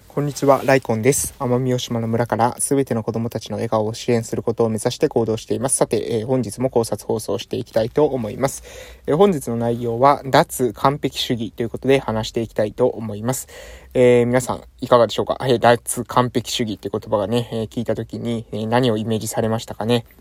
こんにちは、ライコンです。奄美大島の村からすべての子供たちの笑顔を支援することを目指して行動しています。さて、本日も考察放送していきたいと思います。本日の内容は脱完璧主義ということで話していきたいと思います。皆さんいかがでしょうか。脱完璧主義って言葉がね、聞いたときに、何をイメージされましたかね。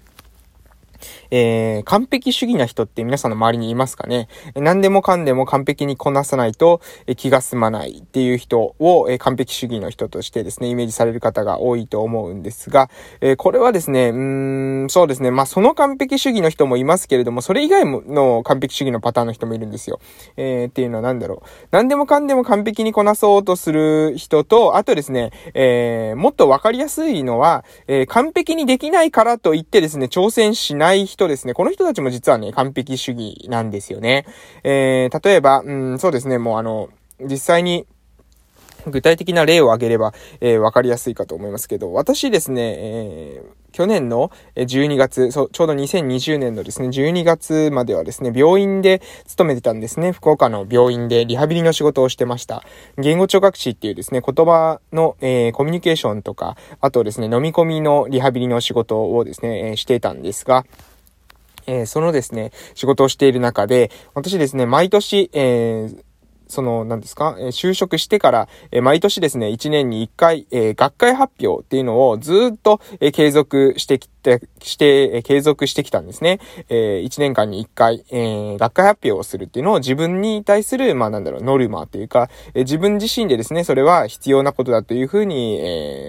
完璧主義な人って皆さんの周りにいますかね。何でもかんでも完璧にこなさないと気が済まないっていう人を完璧主義の人としてですね、イメージされる方が多いと思うんですが、これはですね、そうですね、その完璧主義の人もいますけれども、それ以外の完璧主義のパターンの人もいるんですよ。っていうのは何でもかんでも完璧にこなそうとする人と、あとですね、もっとわかりやすいのは、完璧にできないからといってですね、挑戦しない人ですね。この人たちも実はね、完璧主義なんですよね。例えば、そうですね、実際に、具体的な例を挙げれば、わかりやすいかと思いますけど、私ですね、去年の12月、ちょうど2020年のですね、12月まではですね、病院で勤めてたんですね。福岡の病院でリハビリの仕事をしてました。言語聴覚士っていうですね、言葉の、コミュニケーションとか、あとですね、飲み込みのリハビリの仕事をですね、していたんですが、そのですね、仕事をしている中で、私ですね、毎年、就職してから、毎年ですね、1年に1回、学会発表っていうのをずっと、継続してきたんですね。1年間に1回、学会発表をするっていうのを自分に対する、ノルマというか、自分自身でですね、それは必要なことだというふうに、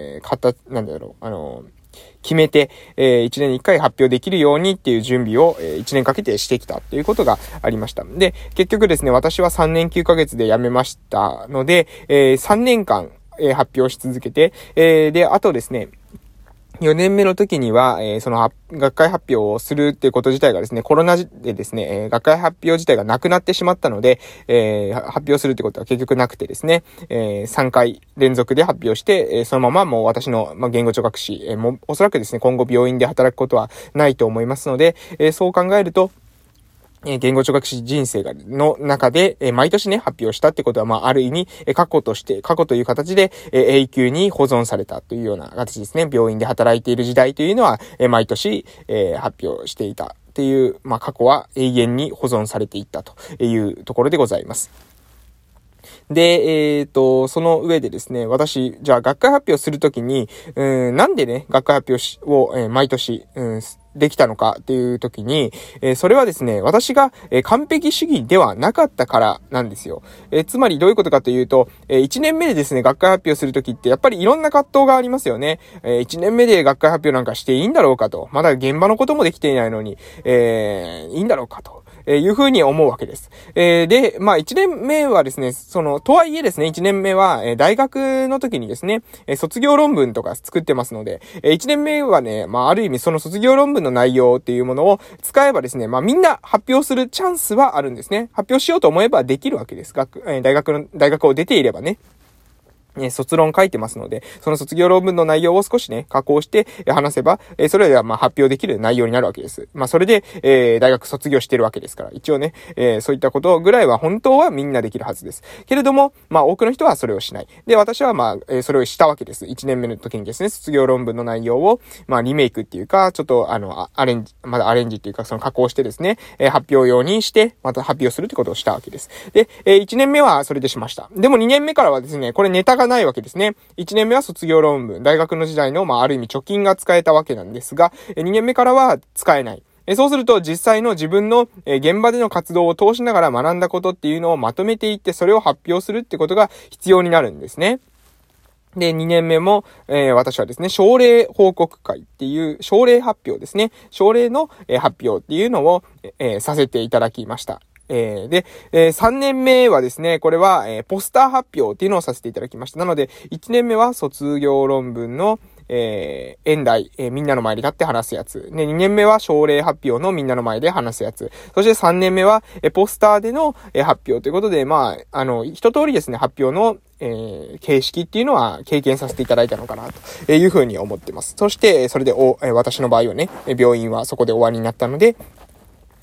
決めて、1年に1回発表できるようにっていう準備を、1年かけてしてきたっていうことがありました。で、結局ですね、私は3年9ヶ月で辞めましたので、3年間、発表し続けて、で、あとですね、4年目の時には、学会発表をするっていうこと自体がですね、コロナでですね、学会発表自体がなくなってしまったので、発表するってことは結局なくてですね、3回連続で発表して、そのままもう私の、言語聴覚士、もおそらくですね、今後病院で働くことはないと思いますので、そう考えると、言語聴覚士人生の中で、毎年ね、発表したってことは、ある意味、過去という形で、永久に保存されたというような形ですね。病院で働いている時代というのは、毎年、発表していたっていう、過去は永遠に保存されていったというところでございます。で、その上でですね、私、じゃあ学会発表するときに、なんでね、学会発表を、毎年、できたのかっていう時に、それはですね、私が、完璧主義ではなかったからなんですよ。つまりどういうことかというと、1年目でですね、学会発表する時ってやっぱりいろんな葛藤がありますよね。1年目で学会発表なんかしていいんだろうかと。まだ現場のこともできていないのに、いいんだろうかと。いうふうに思うわけです。で、1年目はですね、とはいえですね、1年目は、大学の時にですね、卒業論文とか作ってますので、1年目はね、ある意味その卒業論文の内容っていうものを使えばですね、みんな発表するチャンスはあるんですね。発表しようと思えばできるわけです。大学を出ていればね。卒論書いてますので、その卒業論文の内容を少しね、加工して話せば、それでは発表できる内容になるわけです。それで、大学卒業してるわけですから、一応ね、そういったことぐらいは本当はみんなできるはずです。けれども、多くの人はそれをしない。で、私はそれをしたわけです。1年目の時にですね、卒業論文の内容を、リメイクっていうか、ちょっとアレンジっていうか、加工してですね、発表用にして、また発表するってことをしたわけです。で、1年目はそれでしました。でも2年目からはですね、これネタがないわけですね。1年目は卒業論文、大学の時代の、ある意味貯金が使えたわけなんですが、2年目からは使えない。そうすると実際の自分の現場での活動を通しながら学んだことっていうのをまとめていってそれを発表するってことが必要になるんですね。で、2年目も、私はですね、症例報告会っていう症例発表ですね。症例の、発表っていうのを、させていただきました。で、3年目はですね、これは、ポスター発表っていうのをさせていただきました。なので、1年目は卒業論文の、演題、みんなの前に立って話すやつ。で、2年目は症例発表のみんなの前で話すやつ。そして3年目は、ポスターでの、発表ということで、一通りですね、発表の、形式っていうのは経験させていただいたのかなというふうに思ってます。そして、それで私の場合はね、病院はそこで終わりになったので、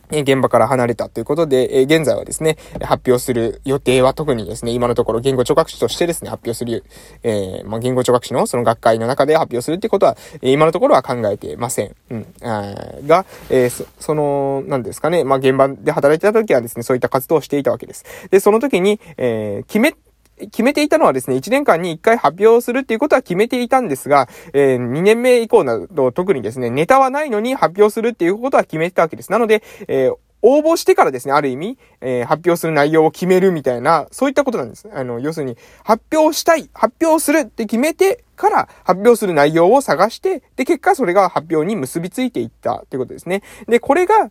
現場から離れたということで、現在はですね、発表する予定は特にですね、今のところ言語聴覚士としてですね、発表する、言語聴覚士のその学会の中で発表するってことは、今のところは考えてません。が、なんですかね、現場で働いてた時はですね、そういった活動をしていたわけです。で、その時に、決めていたのはですね、1年間に1回発表するっていうことは決めていたんですが、2年目以降など特にですね、ネタはないのに発表するっていうことは決めてたわけです。なので、応募してからですね、ある意味、発表する内容を決めるみたいな、そういったことなんです。要するに、発表するって決めてから発表する内容を探して、で、結果それが発表に結びついていったってことですね。で、これが、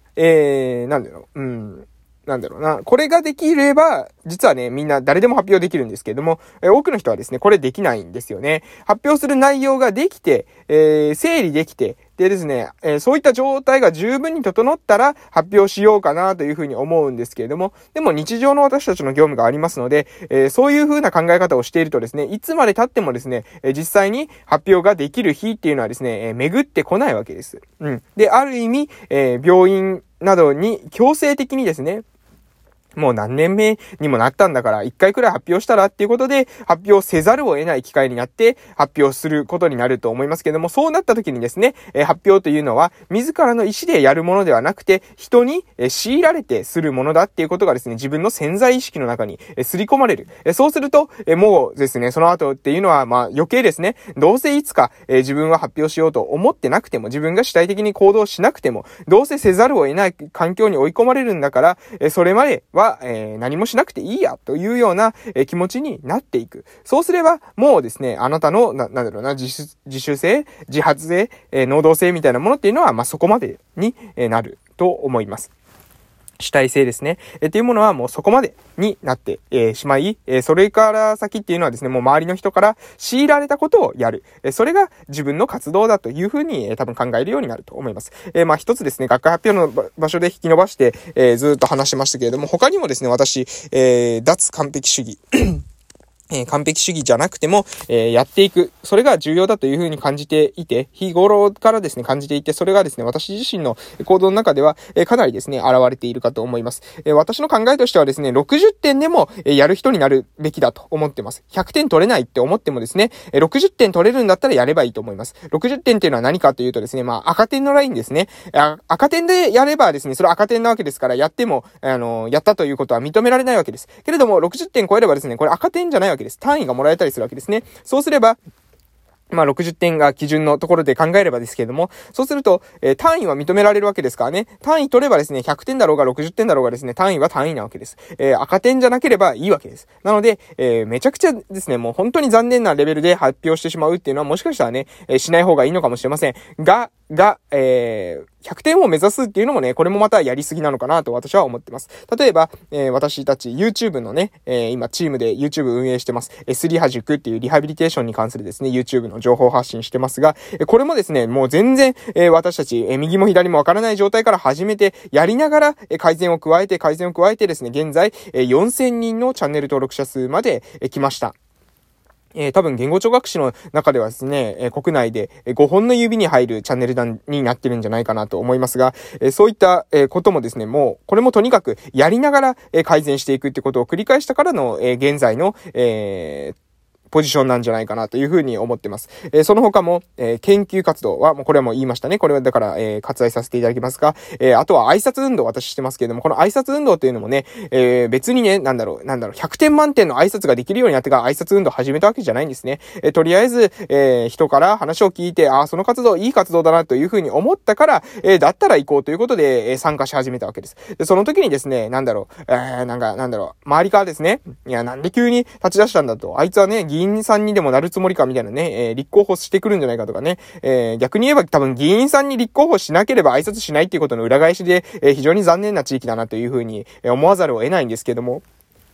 これができれば、実はね、みんな誰でも発表できるんですけれども、多くの人はですね、これできないんですよね。発表する内容ができて、整理できて、でですね、そういった状態が十分に整ったら発表しようかなというふうに思うんですけれども、でも日常の私たちの業務がありますので、そういうふうな考え方をしているとですね、いつまで経ってもですね、実際に発表ができる日っていうのはですね、巡ってこないわけです。で、ある意味、病院などに強制的にですね、もう何年目にもなったんだから一回くらい発表したらっていうことで発表せざるを得ない機会になって発表することになると思いますけども、そうなった時にですね、発表というのは自らの意思でやるものではなくて人に強いられてするものだっていうことがですね、自分の潜在意識の中に刷り込まれる。そうするともうですね、その後っていうのは余計ですね、どうせいつか自分は発表しようと思ってなくても、自分が主体的に行動しなくてもどうせせざるを得ない環境に追い込まれるんだから、それまでは何もしなくていいやというような、気持ちになっていく。そうすればもうですね、あなたの自主性、自発性、能動性みたいなものっていうのはそこまでになると思います。主体性ですね。っていうものはもうそこまでになって、しまい、それから先っていうのはですね、もう周りの人から強いられたことをやる。それが自分の活動だというふうに、多分考えるようになると思います。一つですね、学会発表の場所で引き伸ばして、ずっと話しましたけれども、他にもですね、私、脱完璧主義。完璧主義じゃなくても、やっていく。それが重要だというふうに感じていて、日頃からですね、感じていて、それがですね、私自身の行動の中では、かなりですね、現れているかと思います。私の考えとしてはですね、60点でも、やる人になるべきだと思ってます。100点取れないって思ってもですね、60点取れるんだったらやればいいと思います。60点っていうのは何かというとですね、赤点のラインですね。赤点でやればですね、それは赤点なわけですから、やっても、やったということは認められないわけです。けれども、60点超えればですね、これ赤点じゃないわけです。単位がもらえたりするわけですね。そうすれば、60点が基準のところで考えればですけれども、そうすると、単位は認められるわけですからね。単位取ればですね、100点だろうが60点だろうがですね、単位は単位なわけです。赤点じゃなければいいわけです。なので、めちゃくちゃですね、もう本当に残念なレベルで発表してしまうっていうのはもしかしたらね、しない方がいいのかもしれません。100点を目指すっていうのもね、これもまたやりすぎなのかなと私は思ってます。例えば、私たち YouTube のね、今チームで YouTube 運営してます。S リハ塾っていうリハビリテーションに関するですね、YouTube の情報発信してますが、これもですね、もう全然、私たち、右も左もわからない状態から始めて、やりながら、改善を加えてですね、現在、4000人のチャンネル登録者数まで、来ました。多分言語聴覚士の中ではですね、国内で5本の指に入るチャンネルになってるんじゃないかなと思いますが、そういったこともですね、もうこれもとにかくやりながら改善していくってことを繰り返したからの現在のポジションなんじゃないかなというふうに思ってます。その他も、研究活動は、もうこれはもう言いましたね。これはだから、割愛させていただきますが、あとは挨拶運動私してますけれども、この挨拶運動っていうのもね、別にね、100点満点の挨拶ができるようになってから挨拶運動を始めたわけじゃないんですね。とりあえず、人から話を聞いて、その活動いい活動だなというふうに思ったから、だったら行こうということで、参加し始めたわけです。で、その時にですね、周りからですね、いや、なんで急に立ち出したんだと、あいつはね、議員さんにでもなるつもりかみたいなね、立候補してくるんじゃないかとかね、逆に言えば多分議員さんに立候補しなければ挨拶しないっていうことの裏返しで、非常に残念な地域だなというふうに思わざるを得ないんですけども、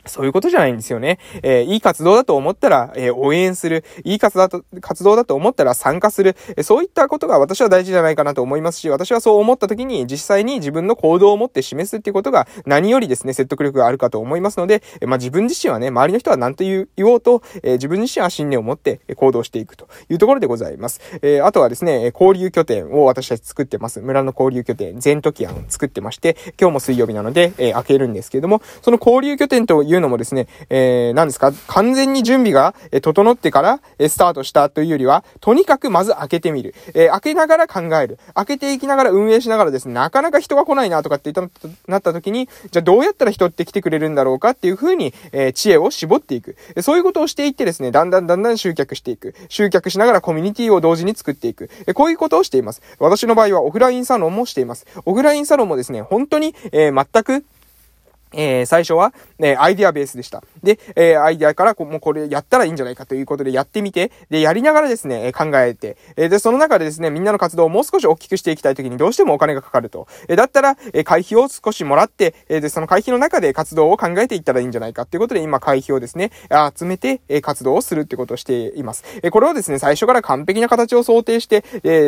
そういうことじゃないんですよね。いい活動だと思ったら、応援する。いい活動だと思ったら参加する。そういったことが私は大事じゃないかなと思いますし、私はそう思った時に実際に自分の行動を持って示すっていうことが何よりですね、説得力があるかと思いますので、自分自身はね、周りの人は何と言おうと、自分自身は信念を持って行動していくというところでございます。あとはですね、交流拠点を私たち作ってます。村の交流拠点、ゼントキアン作ってまして、今日も水曜日なので、開けるんですけれども、その交流拠点というのもですね、何ですか、完全に準備が整ってからスタートしたというよりは、とにかくまず開けてみる。開けながら考える。開けていきながら運営しながらですね、なかなか人が来ないなとかってなった時に、じゃあどうやったら人って来てくれるんだろうかっていう風に、知恵を絞っていく。そういうことをしていってですね、だんだん集客していく。集客しながらコミュニティを同時に作っていく。こういうことをしています。私の場合はオフラインサロンもしています。オフラインサロンもですね、本当に、全く最初は、アイデアベースでした。で、アイデアからもうこれやったらいいんじゃないかということでやってみて、で、やりながらですね、考えて、で、その中でですね、みんなの活動をもう少し大きくしていきたいときにどうしてもお金がかかると。だったら、会費を少しもらって、で、その会費の中で活動を考えていったらいいんじゃないかっていうことで、今会費をですね、集めて、活動をするってことをしています。これをですね、最初から完璧な形を想定して、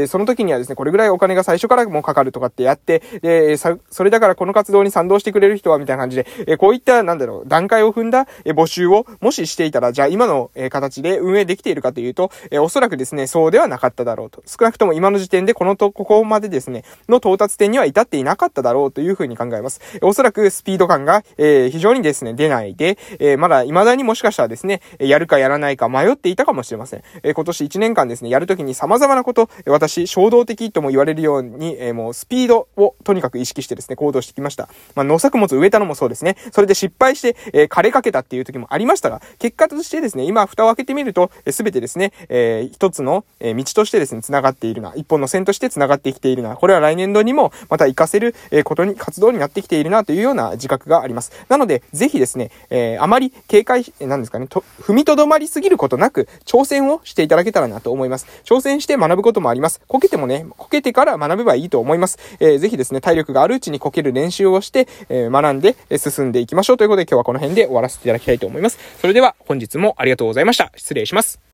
その時にはですね、これぐらいお金が最初からもかかるとかってやって、で、それだからこの活動に賛同してくれる人はみたいな感じで、こういった、段階を踏んだ募集をもししていたら、じゃあ今の形で運営できているかというと、おそらくですね、そうではなかっただろうと。少なくとも今の時点でここまでですね、の到達点には至っていなかっただろうというふうに考えます。おそらくスピード感が、非常にですね、出ないで、未だにもしかしたらですね、やるかやらないか迷っていたかもしれません。今年1年間ですね、やるときに様々なこと、私、衝動的とも言われるように、もうスピードをとにかく意識してですね、行動してきました。農作物植えたのもそうですね。それで失敗して、枯れかけたっていう時もありましたが、結果としてですね、今蓋を開けてみると、すべてですね、一つの道としてですね、繋がっているな。一本の線として繋がってきているな。これは来年度にもまた活かせる活動になってきているなというような自覚があります。なので、ぜひですね、あまり踏みとどまりすぎることなく、挑戦をしていただけたらなと思います。挑戦して学ぶこともあります。こけてもね、こけてから学べばいいと思います。ぜひですね、体力があるうちにこける練習をして、学んで進んでいきましょうということで、今日はこの辺で終わらせていただきたいと思います。それでは本日もありがとうございました。失礼します。